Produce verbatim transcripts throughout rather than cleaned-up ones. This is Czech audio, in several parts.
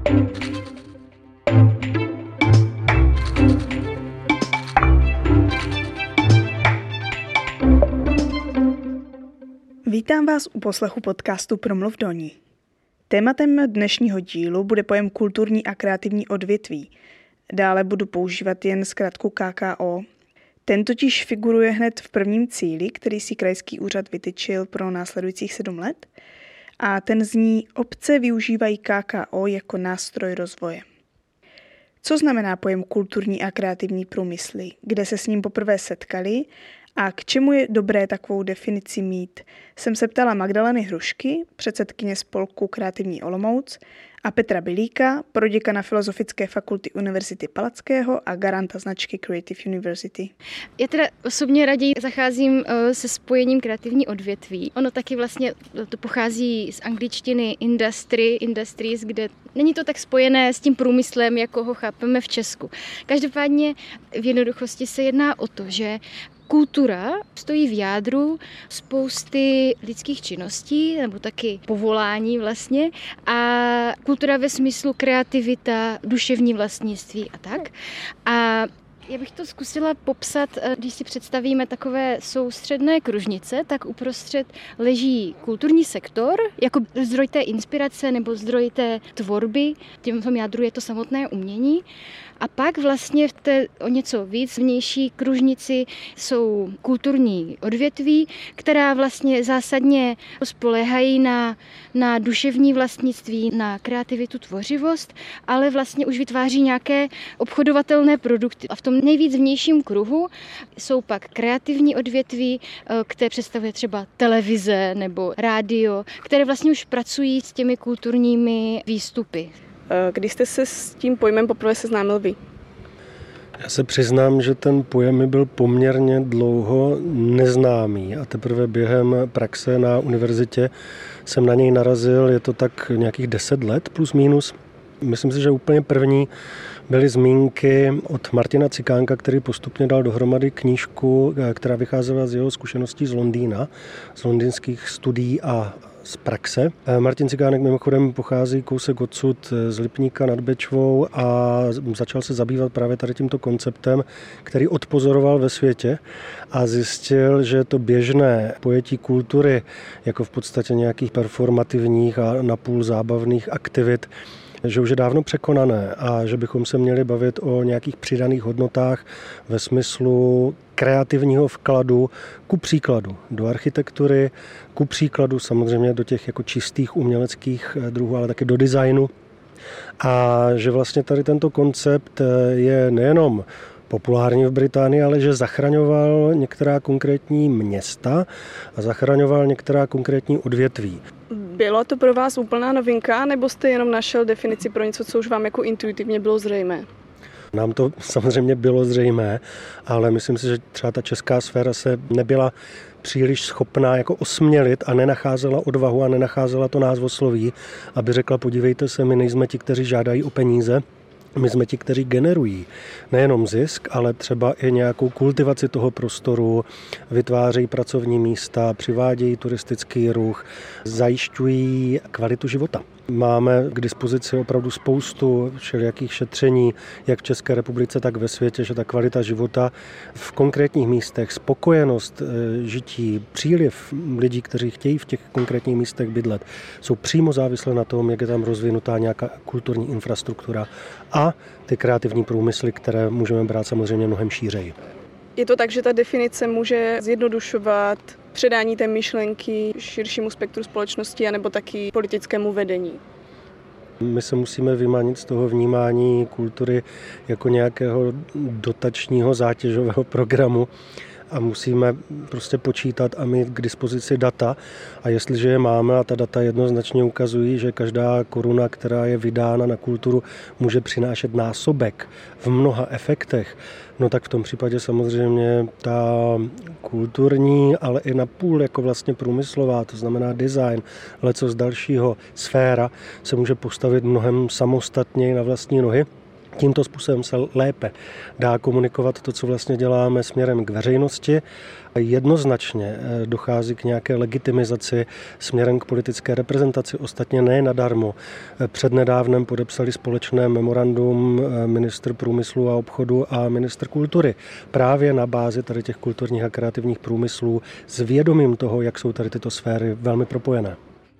Vítám vás u poslechu podcastu Promluv do ní. Tématem dnešního dílu bude pojem kulturní a kreativní odvětví. Dále budu používat jen zkratku K K O. Ten totiž figuruje hned v prvním cíli, který si krajský úřad vytyčil pro následujících sedm let. A ten zní: obce využívají K K O jako nástroj rozvoje. Co znamená pojem kulturní a kreativní průmysly? Kde se s ním poprvé setkali? A k čemu je dobré takovou definici mít? Jsem se ptala Magdaleny Hrušky, předsedkyně spolku Kreativní Olomouc, a Petra Bilíka, proděkana Filozofické fakulty Univerzity Palackého a garanta značky Creative University. Já teda osobně raději zacházím se spojením kreativní odvětví. Ono taky vlastně to pochází z angličtiny industry, industries, kde není to tak spojené s tím průmyslem, jako ho chápeme v Česku. Každopádně v jednoduchosti se jedná o to, že kultura stojí v jádru spousty lidských činností, nebo taky povolání vlastně. A kultura ve smyslu kreativita, duševní vlastnictví a tak. A já bych to zkusila popsat, když si představíme takové soustředné kružnice, tak uprostřed leží kulturní sektor, jako zdroj té inspirace nebo zdroj té tvorby. Tím v tom jádru je to samotné umění. A pak vlastně v té o něco víc vnější kružnici jsou kulturní odvětví, která vlastně zásadně spoléhají na, na duševní vlastnictví, na kreativitu, tvořivost, ale vlastně už vytváří nějaké obchodovatelné produkty. A v tom nejvíc vnějším kruhu jsou pak kreativní odvětví, které představuje třeba televize nebo rádio, které vlastně už pracují s těmi kulturními výstupy. Kdy jste se s tím pojmem poprvé seznámil vy? Já se přiznám, že ten pojem mi byl poměrně dlouho neznámý a teprve během praxe na univerzitě jsem na něj narazil, je to tak nějakých deset let plus minus. Myslím si, že úplně první byly zmínky od Martina Cikánka, který postupně dal dohromady knížku, která vycházela z jeho zkušeností z Londýna, z londýnských studií a z praxe. Martin Cikánek mimochodem pochází kousek odsud z Lipníka nad Bečvou a začal se zabývat právě tady tímto konceptem, který odpozoroval ve světě a zjistil, že to běžné pojetí kultury jako v podstatě nějakých performativních a napůl zábavných aktivit, že už je dávno překonané a že bychom se měli bavit o nějakých přidaných hodnotách ve smyslu kreativního vkladu, ku příkladu do architektury, ku příkladu samozřejmě do těch jako čistých uměleckých druhů, ale taky do designu. A že vlastně tady tento koncept je nejenom populární v Británii, ale že zachraňoval některá konkrétní města a zachraňoval některá konkrétní odvětví. Bylo to pro vás úplná novinka, nebo jste jenom našel definici pro něco, co už vám jako intuitivně bylo zřejmé? Nám to samozřejmě bylo zřejmé, ale myslím si, že třeba ta česká sféra se nebyla příliš schopná jako osmělit a nenacházela odvahu a nenacházela to názvosloví, aby řekla: podívejte se, my nejsme ti, kteří žádají o peníze, my jsme ti, kteří generují nejenom zisk, ale třeba i nějakou kultivaci toho prostoru, vytvářejí pracovní místa, přivádějí turistický ruch, zajišťují kvalitu života. Máme k dispozici opravdu spoustu všelijakých šetření, jak v České republice, tak ve světě, že ta kvalita života v konkrétních místech, spokojenost žití, příliv lidí, kteří chtějí v těch konkrétních místech bydlet, jsou přímo závislé na tom, jak je tam rozvinutá nějaká kulturní infrastruktura a ty kreativní průmysly, které můžeme brát samozřejmě mnohem šířeji. Je to tak, že ta definice může zjednodušovat předání té myšlenky širšímu spektru společnosti anebo taky politickému vedení? My se musíme vymanit z toho vnímání kultury jako nějakého dotačního zátěžového programu a musíme prostě počítat a mít k dispozici data. A jestliže je máme a ta data jednoznačně ukazují, že každá koruna, která je vydána na kulturu, může přinášet násobek v mnoha efektech, no tak v tom případě samozřejmě ta kulturní, ale i napůl jako vlastně průmyslová, to znamená design, leco z dalšího sféra, se může postavit mnohem samostatněji na vlastní nohy. Tímto způsobem se lépe dá komunikovat to, co vlastně děláme směrem k veřejnosti. Jednoznačně dochází k nějaké legitimizaci směrem k politické reprezentaci. Ostatně ne nadarmo. Přednedávnem podepsali společné memorandum ministr průmyslu a obchodu a ministr kultury. Právě na bázi tady těch kulturních a kreativních průmyslů s vědomím toho, jak jsou tady tyto sféry velmi propojené.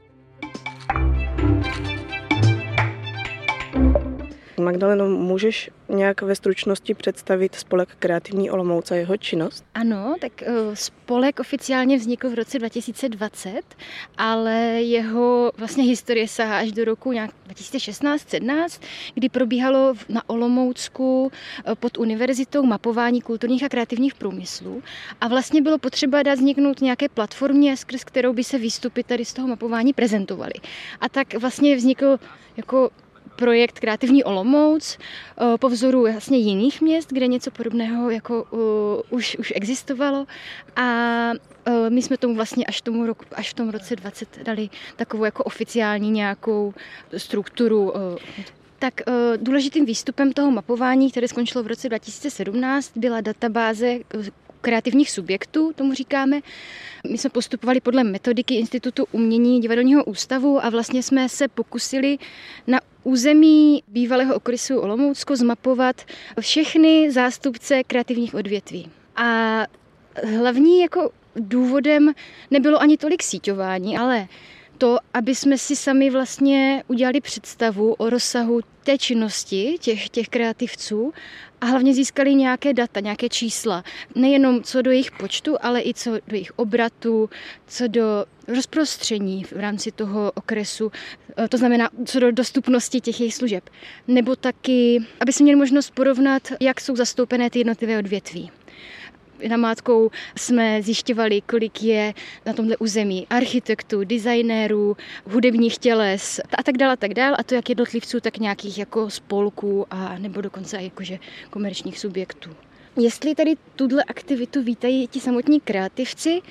Magdaleno, můžeš nějak ve stručnosti představit spolek Kreativní Olomouc a jeho činnost? Ano, tak spolek oficiálně vznikl v roce dva tisíce dvacet, ale jeho vlastně historie sahá až do roku nějak dva tisíce šestnáct sedmnáct, kdy probíhalo na Olomoucku pod univerzitou mapování kulturních a kreativních průmyslů a vlastně bylo potřeba dát vzniknout nějaké platformě, skrz kterou by se výstupy tady z toho mapování prezentovaly. A tak vlastně vznikl jako projekt Kreativní Olomouc po vzoru vlastně jiných měst, kde něco podobného jako uh, už, už existovalo a uh, my jsme tomu vlastně až, tomu roku, až v tom roce dvacet dali takovou jako oficiální nějakou strukturu. Uh, tak uh, důležitým výstupem toho mapování, které skončilo v roce dva tisíce sedmnáct, byla databáze kreativních subjektů, tomu říkáme. My jsme postupovali podle metodiky Institutu umění Divadelního ústavu a vlastně jsme se pokusili na území bývalého okresu Olomoucko zmapovat všechny zástupce kreativních odvětví. A hlavní jako důvodem nebylo ani tolik síťování, ale to, aby jsme si sami vlastně udělali představu o rozsahu té činnosti těch, těch kreativců a hlavně získali nějaké data, nějaké čísla. Nejenom co do jejich počtu, ale i co do jejich obratu, co do rozprostření v rámci toho okresu, to znamená co do dostupnosti těch jejich služeb. Nebo taky, aby jsme měli možnost porovnat, jak jsou zastoupené ty jednotlivé odvětví. Namátkou jsme zjišťovali, kolik je na tomhle území architektů, designérů, hudebních těles a tak dále, a tak dále. A to jak jednotlivců, tak nějakých jako spolků a nebo dokonce i jakože komerčních subjektů. Jestli tady tuhle aktivitu vítají ti samotní kreativci,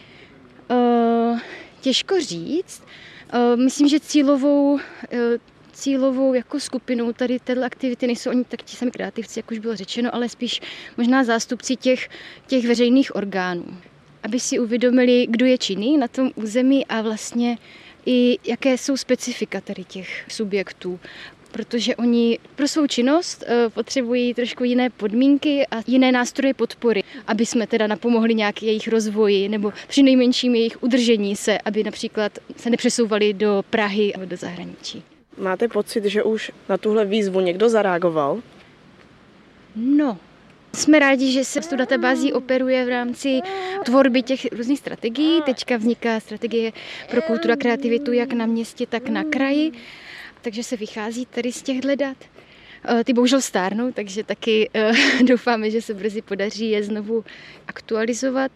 uh, těžko říct. Uh, myslím, že cílovou uh, cílovou jako skupinou tady této aktivity nejsou oni tak ti sami kreativci, jak už bylo řečeno, ale spíš možná zástupci těch, těch veřejných orgánů. Aby si uvědomili, kdo je činný na tom území a vlastně i jaké jsou specifika tady těch subjektů. Protože oni pro svou činnost potřebují trošku jiné podmínky a jiné nástroje podpory, aby jsme teda napomohli nějak jejich rozvoji nebo přinejmenším jejich udržení se, aby například se nepřesouvali do Prahy nebo do zahraničí. Máte pocit, že už na tuhle výzvu někdo zareagoval? No, jsme rádi, že se s tou databází operuje v rámci tvorby těch různých strategií. Teďka vzniká strategie pro kulturu a kreativitu jak na městě, tak na kraji. Takže se vychází tady z těchto dat. Ty bohužel stárnou, takže taky doufáme, že se brzy podaří je znovu aktualizovat.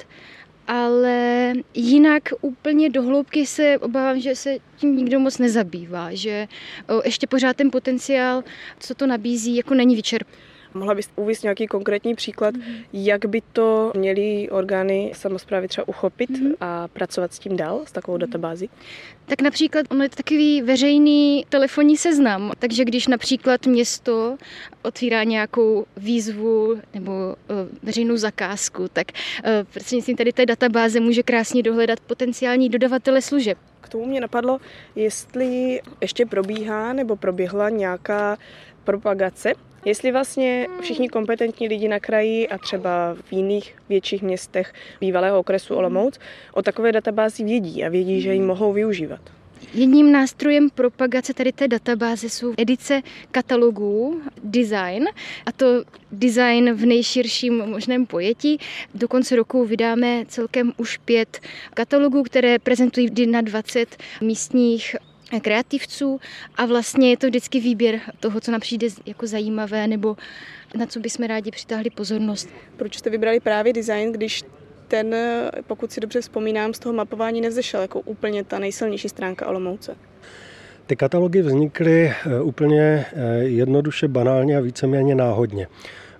Ale jinak úplně do hloubky se obávám, že se tím nikdo moc nezabývá, že ještě pořád ten potenciál, co to nabízí, jako není vyčerpán. Mohla bys uvést nějaký konkrétní příklad, mm. jak by to měly orgány samosprávy třeba uchopit mm. a pracovat s tím dál, s takovou databází? Tak například ono je to takový veřejný telefonní seznam, takže když například město otvírá nějakou výzvu nebo uh, veřejnou zakázku, tak uh, prostřednictvím tady té databáze může krásně dohledat potenciální dodavatele služeb. K tomu mě napadlo, jestli ještě probíhá nebo proběhla nějaká propagace, jestli vlastně všichni kompetentní lidi na kraji a třeba v jiných větších městech bývalého okresu Olomouc o takové databázi vědí a vědí, že ji mohou využívat. Jedním nástrojem propagace tady té databáze jsou edice katalogů, design, a to design v nejširším možném pojetí. Do konce roku vydáme celkem už pět katalogů, které prezentují vždy na dvacet místních kreativců a vlastně je to vždycky výběr toho, co nám přijde jako zajímavé nebo na co bychom rádi přitáhli pozornost. Proč jste vybrali právě design, když ten, pokud si dobře vzpomínám, z toho mapování nevzešel jako úplně ta nejsilnější stránka Olomouce? Ty katalogy vznikly úplně jednoduše, banálně a víceméně náhodně.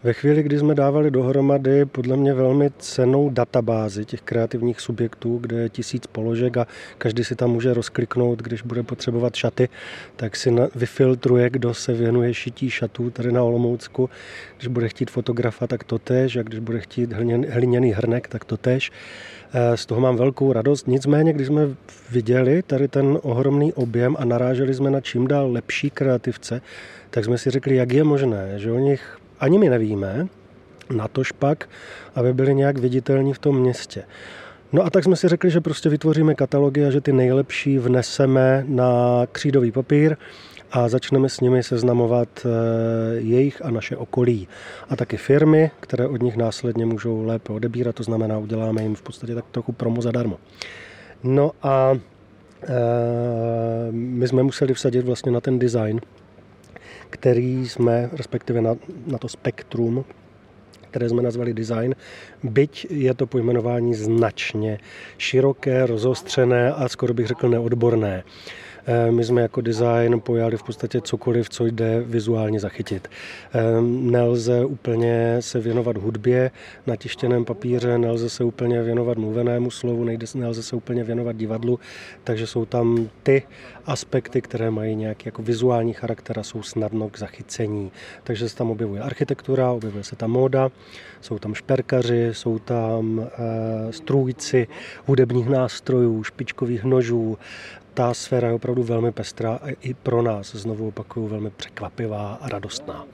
Ve chvíli, kdy jsme dávali dohromady podle mě velmi cennou databázi těch kreativních subjektů, kde je tisíc položek a každý si tam může rozkliknout, když bude potřebovat šaty, tak si vyfiltruje, kdo se věnuje šití šatů tady na Olomoucku. Když bude chtít fotografa, tak to též, a když bude chtít hliněný hrnek, tak to též. Z toho mám velkou radost. Nicméně, když jsme viděli tady ten ohromný objem a naráželi jsme na čím dál lepší kreativce, tak jsme si řekli, jak je možné, že o nich ani my nevíme, natož pak, aby byli nějak viditelní v tom městě. No a tak jsme si řekli, že prostě vytvoříme katalogy a že ty nejlepší vneseme na křídový papír a začneme s nimi seznamovat jejich a naše okolí. A taky firmy, které od nich následně můžou lépe odebírat, to znamená, uděláme jim v podstatě tak trochu promo zadarmo. No a e, my jsme museli vsadit vlastně na ten design, který jsme, respektive na, na to spektrum, které jsme nazvali design, byť je to pojmenování značně široké, rozostřené a skoro bych řekl neodborné. My jsme jako design pojali v podstatě cokoliv, co jde vizuálně zachytit. Nelze úplně se věnovat hudbě na tištěném papíře, nelze se úplně věnovat mluvenému slovu, nejde, nelze se úplně věnovat divadlu, takže jsou tam ty aspekty, které mají nějaký jako vizuální charakter a jsou snadno k zachycení. Takže se tam objevuje architektura, objevuje se tam móda, jsou tam šperkaři, jsou tam e, strůjci hudebních nástrojů, špičkových nožů. Ta sféra je opravdu velmi pestrá a i pro nás, znovu opakuju, velmi překvapivá a radostná.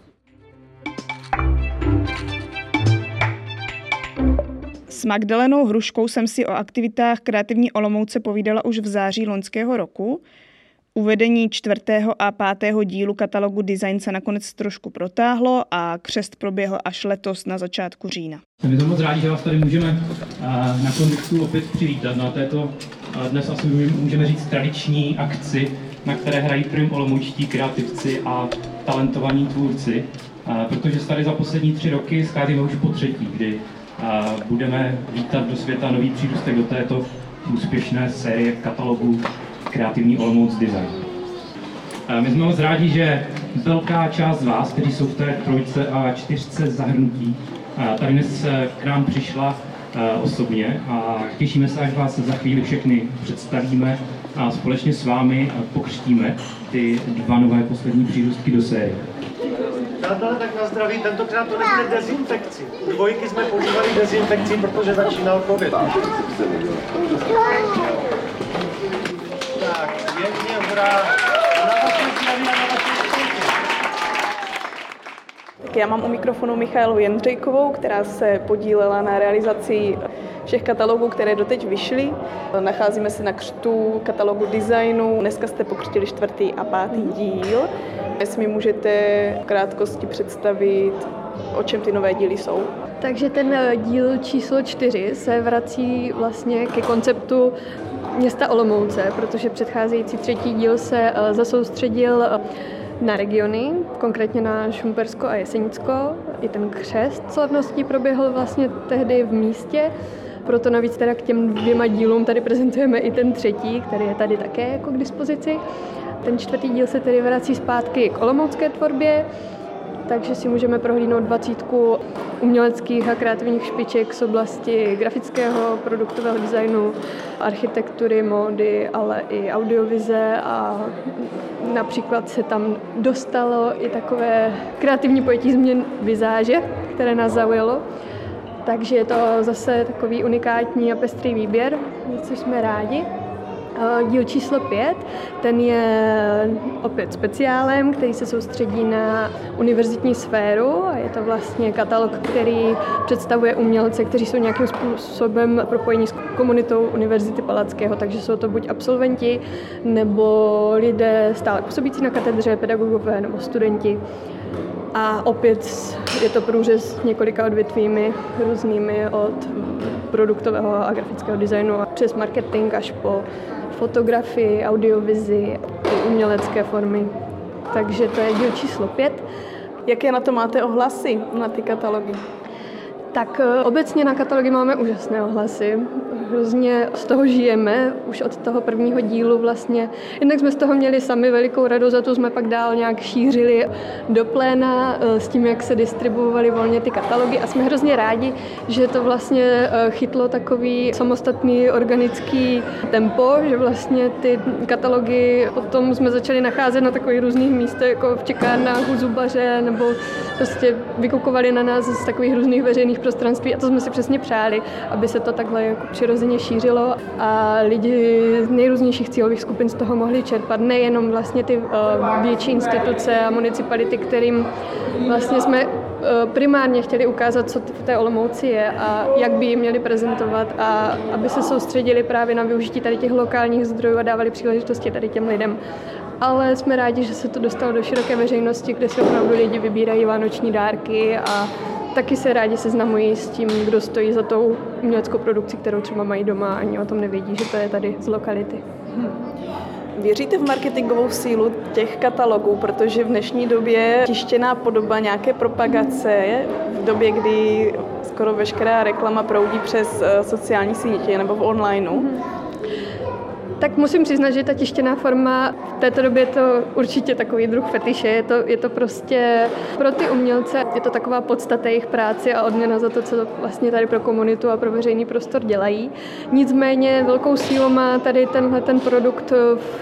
S Magdalenou Hruškou jsem si o aktivitách Kreativní Olomouce povídala už v září loňského roku. Uvedení čtvrtého a pátého dílu katalogu Design se nakonec trošku protáhlo a křest proběhl až letos na začátku října. My jsme moc rádi, že vás tady můžeme na Konvixu opět přivítat na této dnes asi můžeme říct tradiční akci, na které hrají prim olomoučtí kreativci a talentovaní tvůrci, protože se tady za poslední tři roky scházíme už po třetí, kdy budeme vítat do světa nový přírůstek do této úspěšné série katalogů Kreativní Olomouc Design. My jsme moc rádi, že velká část z vás, kteří jsou v té trojce a čtyřce zahrnutí, tady dnes k nám přišla osobně a těšíme se, až vás za chvíli všechny představíme a společně s vámi pokřtíme ty dva nové poslední přírůstky do série. Přátelé, tak na zdraví, tentokrát to nebude dezinfekci. U dvojky jsme používali dezinfekci, protože začínal covid. Tak, pěkně, hurá! Na vaše zdraví a na vaše štěstí. Tak já mám u mikrofonu Michaelu Jendřejkovou, která se podílela na realizaci všech katalogů, které doteď vyšly. Nacházíme se na křtu katalogu designu. Dneska jste pokřtili čtvrtý a pátý díl. Jestli mi můžete v krátkosti představit, o čem ty nové díly jsou. Takže ten díl číslo čtyři se vrací vlastně ke konceptu města Olomouce, protože předcházející třetí díl se zasoustředil na regiony, konkrétně na Šumpersko a Jesenicko. I ten křest slavností proběhl vlastně tehdy v místě, proto navíc teda k těm dvěma dílům tady prezentujeme i ten třetí, který je tady také jako k dispozici. Ten čtvrtý díl se tedy vrací zpátky k olomoucké tvorbě, takže si můžeme prohlídnout dvacítku uměleckých a kreativních špiček z oblasti grafického, produktového designu, architektury, módy, ale i audiovize a například se tam dostalo i takové kreativní pojetí změn vizáže, které nás zaujalo. Takže je to zase takový unikátní a pestrý výběr, což jsme rádi. Díl číslo pět, ten je opět speciálem, který se soustředí na univerzitní sféru a je to vlastně katalog, který představuje umělce, kteří jsou nějakým způsobem propojení s komunitou Univerzity Palackého, takže jsou to buď absolventi nebo lidé stále působící na katedře, pedagogové nebo studenti. A opět je to průřez několika odvětvími různými od produktového a grafického designu přes marketing až po fotografii, audiovizi i umělecké formy. Takže to je díl číslo pět. Jaké na to máte ohlasy, na ty katalogy? Tak obecně na katalogy máme úžasné ohlasy. hrozně z toho žijeme, už od toho prvního dílu vlastně. Jednak jsme z toho měli sami velikou radost, za to jsme pak dál nějak šířili do pléna s tím, jak se distribuovaly volně ty katalogy a jsme hrozně rádi, že to vlastně chytlo takový samostatný organický tempo, že vlastně ty katalogy potom jsme začali nacházet na takových různých místech, jako v čekárnách u zubaře, nebo prostě vykukovali na nás z takových různých veřejných prostranství a to jsme si přesně přáli, aby se to takhle jako přirozeně šířilo a lidi z nejrůznějších cílových skupin z toho mohli čerpat, nejenom vlastně ty větší instituce a municipality, kterým vlastně jsme primárně chtěli ukázat, co v té Olomouci je a jak by ji měli prezentovat a aby se soustředili právě na využití tady těch lokálních zdrojů a dávali příležitosti tady těm lidem. Ale jsme rádi, že se to dostalo do široké veřejnosti, kde si opravdu lidi vybírají vánoční dárky a taky se rádi seznamují s tím, kdo stojí za tou uměleckou produkcí, kterou třeba mají doma a ani o tom nevědí, že to je tady z lokality. Hmm. Věříte v marketingovou sílu těch katalogů, protože v dnešní době tištěná podoba nějaké propagace, v době, kdy skoro veškerá reklama proudí přes sociální sítě nebo v onlineu, hmm. Tak musím přiznat, že ta tištěná forma v této době je to určitě takový druh fetiše. Je to, je to prostě pro ty umělce, je to taková podstata jejich práce a odměna za to, co vlastně tady pro komunitu a pro veřejný prostor dělají. Nicméně velkou sílu má tady tenhle ten produkt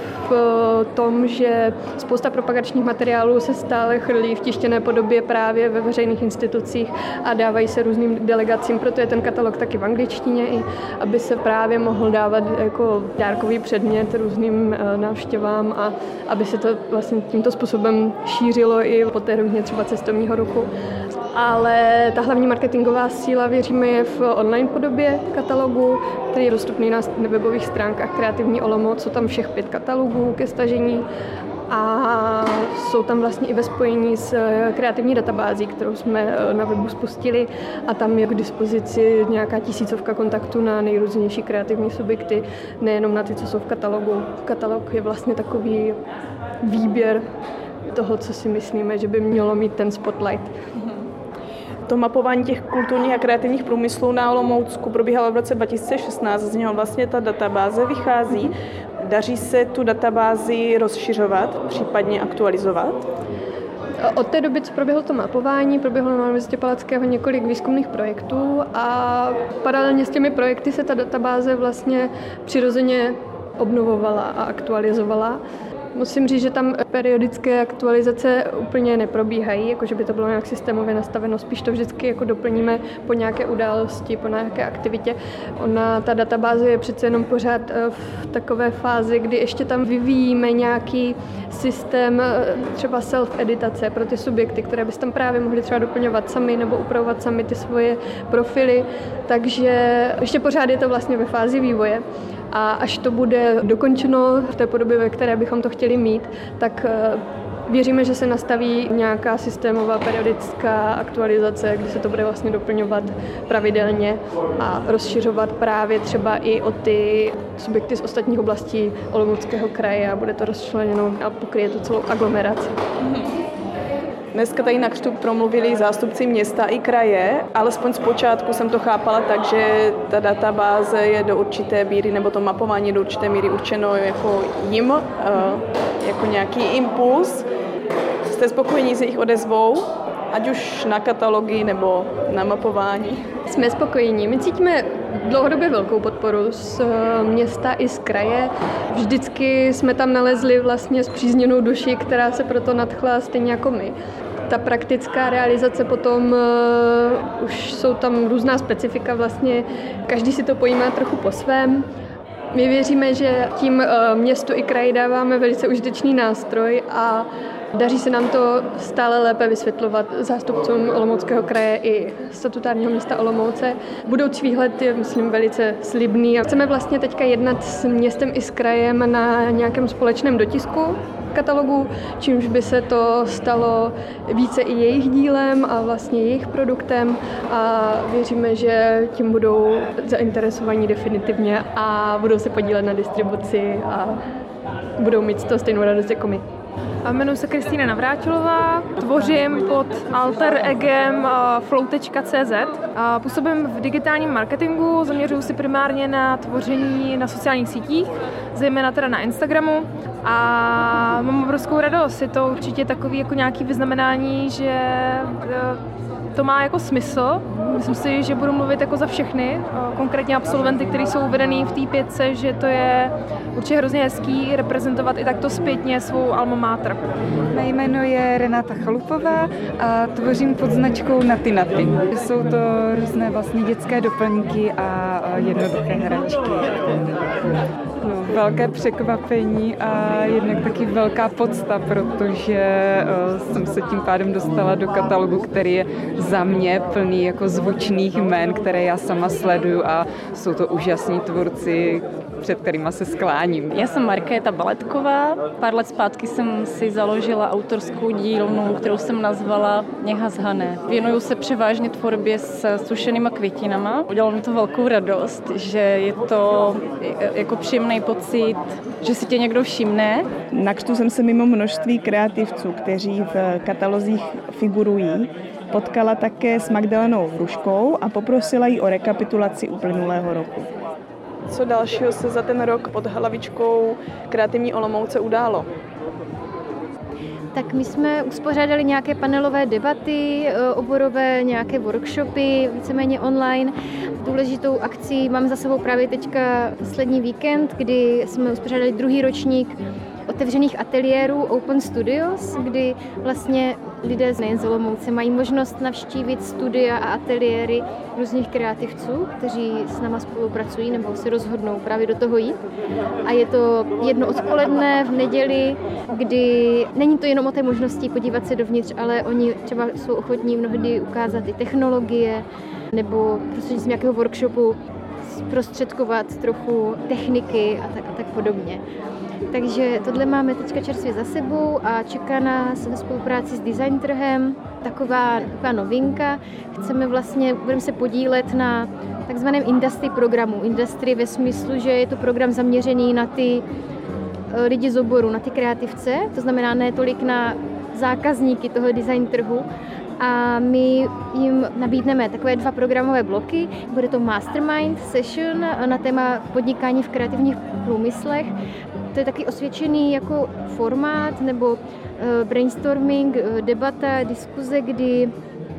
v tom, že spousta propagačních materiálů se stále chrlí v tištěné podobě právě ve veřejných institucích a dávají se různým delegacím, proto je ten katalog taky v angličtině, i aby se právě mohl dávat jako dárkový předmět různým návštěvám a aby se to vlastně tímto způsobem šířilo i po té rovině třeba cestovního ruchu. Ale ta hlavní marketingová síla, věříme, je v online podobě katalogu, který je dostupný na webových stránkách Kreativní Olomouc. Jsou tam všech pět katalogů ke stažení a jsou tam vlastně i ve spojení s kreativní databází, kterou jsme na webu spustili a tam je k dispozici nějaká tisícovka kontaktů na nejrůznější kreativní subjekty, nejenom na ty, co jsou v katalogu. Katalog je vlastně takový výběr toho, co si myslíme, že by mělo mít ten spotlight. To mapování těch kulturních a kreativních průmyslů na Olomoucku probíhalo v roce dva tisíce šestnáct, z něho vlastně ta databáze vychází. Daří se tu databázi rozšiřovat, případně aktualizovat? Od té doby, co proběhlo to mapování, proběhlo na Univerzitě Palackého několik výzkumných projektů a paralelně s těmi projekty se ta databáze vlastně přirozeně obnovovala a aktualizovala. Musím říct, že tam periodické aktualizace úplně neprobíhají, jakože by to bylo nějak systémově nastaveno, spíš to vždycky jako doplníme po nějaké události, po nějaké aktivitě. Ona, ta databáze je přece jenom pořád v takové fázi, kdy ještě tam vyvíjíme nějaký systém třeba self-editace pro ty subjekty, které bys tam právě mohli třeba doplňovat sami nebo upravovat sami ty svoje profily, takže ještě pořád je to vlastně ve fázi vývoje. A až to bude dokončeno v té podobě, ve které bychom to chtěli mít, tak věříme, že se nastaví nějaká systémová periodická aktualizace, kdy se to bude vlastně doplňovat pravidelně a rozšiřovat právě třeba i o ty subjekty z ostatních oblastí Olomouckého kraje a bude to rozčleněno a pokryje to celou aglomeraci. Dneska tady na křtu promluvili zástupci města i kraje, alespoň zpočátku jsem to chápala tak, že ta databáze je do určité míry, nebo to mapování do určité míry určeno jako jim, jako nějaký impuls. Jste spokojení s jejich odezvou, ať už na katalogy nebo na mapování? Jsme spokojení. My cítíme dlouhodobě velkou podporu z města i z kraje. Vždycky jsme tam nalezli vlastně spřízněnou duši, která se proto nadchla stejně jako my. Ta praktická realizace potom, uh, už jsou tam různá specifika, vlastně každý si to pojímá trochu po svém. My věříme, že tím uh, městu i kraji dáváme velice užitečný nástroj a daří se nám to stále lépe vysvětlovat zástupcům Olomouckého kraje i statutárního města Olomouce. Budoucí výhled je, myslím, velice slibný a chceme vlastně teďka jednat s městem i s krajem na nějakém společném dotisku katalogu, čímž by se to stalo více i jejich dílem a vlastně jejich produktem a věříme, že tím budou zainteresovaní definitivně a budou se podílet na distribuci a budou mít z toho stejnou radost jako my. Jmenuji se Kristýna Navrátilová, tvořím pod alter egem flow tečka cé zet. Působím v digitálním marketingu, zaměřuji si primárně na tvoření na sociálních sítích, zejména teda na Instagramu, a mám obrovskou radost. Je to určitě takový jako nějaký vyznamenání, že to má jako smysl. Myslím si, že budu mluvit jako za všechny, konkrétně absolventy, kteří jsou uvedený v té pětce, že to je určitě hrozně hezký reprezentovat i takto zpětně svou alma mater. Mé jméno je Renata Chalupová a tvořím pod značkou Naty Naty. Jsou to různé vlastně dětské doplňky a jednoduché hračky. No, velké překvapení a jednak taky velká podsta, protože uh, jsem se tím pádem dostala do katalogu, který je za mě plný jako zvučných jmén, které já sama sleduju, a jsou to úžasní tvůrci, před kterýma se skláním. Já jsem Markéta Baletková. Pár let zpátky jsem si založila autorskou dílnu, kterou jsem nazvala Něha z Hané. Věnuju se převážně tvorbě s sušenýma květinama. Udělalo mi to velkou radost, že je to jako příjemný pocit, že si tě někdo všimne. Na křtu jsem se mimo množství kreativců, kteří v katalozích figurují, potkala také s Magdalenou Hruškou a poprosila ji o rekapitulaci uplynulého roku. Co dalšího se za ten rok pod hlavičkou Kreativní Olomouce událo? Tak my jsme uspořádali nějaké panelové debaty, oborové nějaké workshopy, víceméně online. Důležitou akcí mám za sebou právě teďka poslední víkend, kdy jsme uspořádali druhý ročník otevřených ateliérů Open Studios, kdy vlastně lidé nejen z Olomouce mají možnost navštívit studia a ateliéry různých kreativců, kteří s náma spolupracují nebo se rozhodnou právě do toho jít. A je to jedno odpoledne v neděli, kdy není to jenom o té možnosti podívat se dovnitř, ale oni třeba jsou ochotní mnohdy ukázat i technologie nebo prostřednictvím nějakého workshopu zprostředkovat trochu techniky a tak, a tak podobně. Takže tohle máme teďka čerstvě za sebou a čeká nás ve spolupráci s Design trhem taková, taková novinka. Chceme vlastně, budeme se podílet na takzvaném industry programu. Industry ve smyslu, že je to program zaměřený na ty lidi z oboru, na ty kreativce, to znamená ne tolik na zákazníky toho design trhu. A my jim nabídneme takové dva programové bloky. Bude to Mastermind Session na téma podnikání v kreativních průmyslech. To je taky osvědčený jako formát nebo brainstorming, debata, diskuze, kdy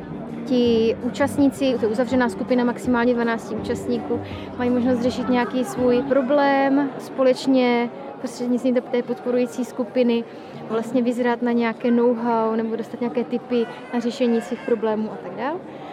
ti účastníci, to je uzavřená skupina maximálně dvanáct účastníků, mají možnost řešit nějaký svůj problém společně prostřednictvím té podporující skupiny, vlastně vyzrát na nějaké know-how nebo dostat nějaké tipy na řešení svých problémů a tak dále.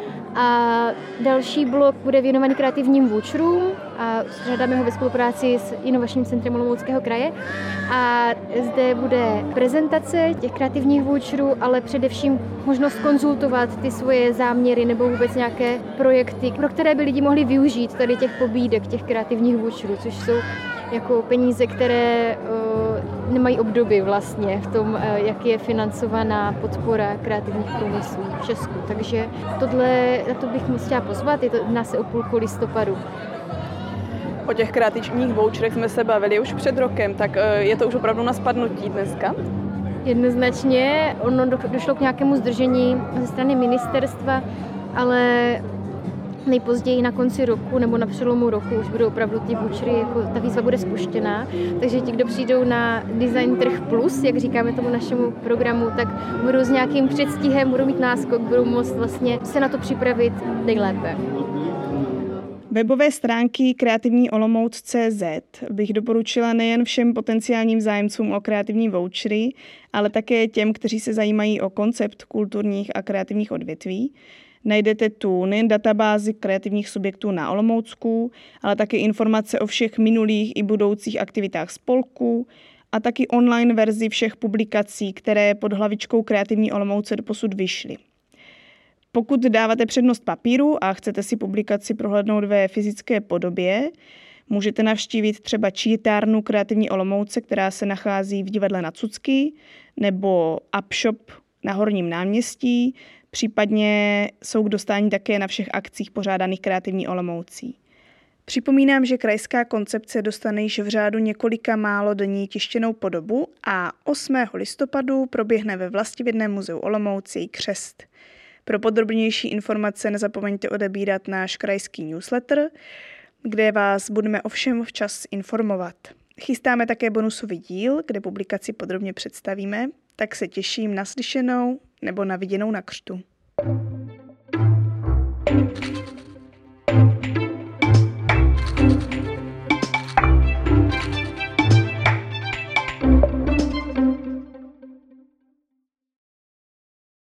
A další blok bude věnovaný kreativním voucherům a řadáme ho ve spolupráci s Inovačním centrem Olomouckého kraje. A zde bude prezentace těch kreativních voucherů, ale především možnost konzultovat ty svoje záměry nebo vůbec nějaké projekty, pro které by lidi mohli využít tady těch pobídek, těch kreativních voucherů, což jsou jako peníze, které uh, nemají obdoby vlastně v tom, uh, jak je financovaná podpora kreativních průmyslů v Česku. Takže tohle, na to bych moc chtěla pozvat, je to jedná se o půlku listopadu. O těch kreativních voucherech jsme se bavili už před rokem, tak uh, je to už opravdu na spadnutí dneska? Jednoznačně, ono do, došlo k nějakému zdržení ze strany ministerstva, ale nejpozději na konci roku nebo na přelomu roku už budou opravdu ty vouchery, jako ta výzva bude spuštěná, takže ti, kdo přijdou na Design trh plus, jak říkáme tomu našemu programu, tak budou s nějakým předstihem, budou mít náskok, budou moct vlastně se na to připravit nejlépe. Webové stránky kreativní olomouc tečka cé zet bych doporučila nejen všem potenciálním zájemcům o kreativní vouchery, ale také těm, kteří se zajímají o koncept kulturních a kreativních odvětví. Najdete tu nejen databázi kreativních subjektů na Olomoucku, ale také informace o všech minulých i budoucích aktivitách spolku a taky online verzi všech publikací, které pod hlavičkou Kreativní Olomouce doposud vyšly. Pokud dáváte přednost papíru a chcete si publikaci prohlédnout ve fyzické podobě, můžete navštívit třeba čítárnu Kreativní Olomouce, která se nachází v divadle na Cucky, nebo Upshop na Horním náměstí, případně jsou k dostání také na všech akcích pořádaných Kreativní Olomoucí. Připomínám, že krajská koncepce dostane již v řádu několika málo dní tištěnou podobu a osmého listopadu proběhne ve Vlastivědném muzeu Olomouc její křest. Pro podrobnější informace nezapomeňte odebírat náš krajský newsletter, kde vás budeme ovšem včas informovat. Chystáme také bonusový díl, kde publikaci podrobně představíme, tak se těším na slyšenou nebo na viděnou na křtu.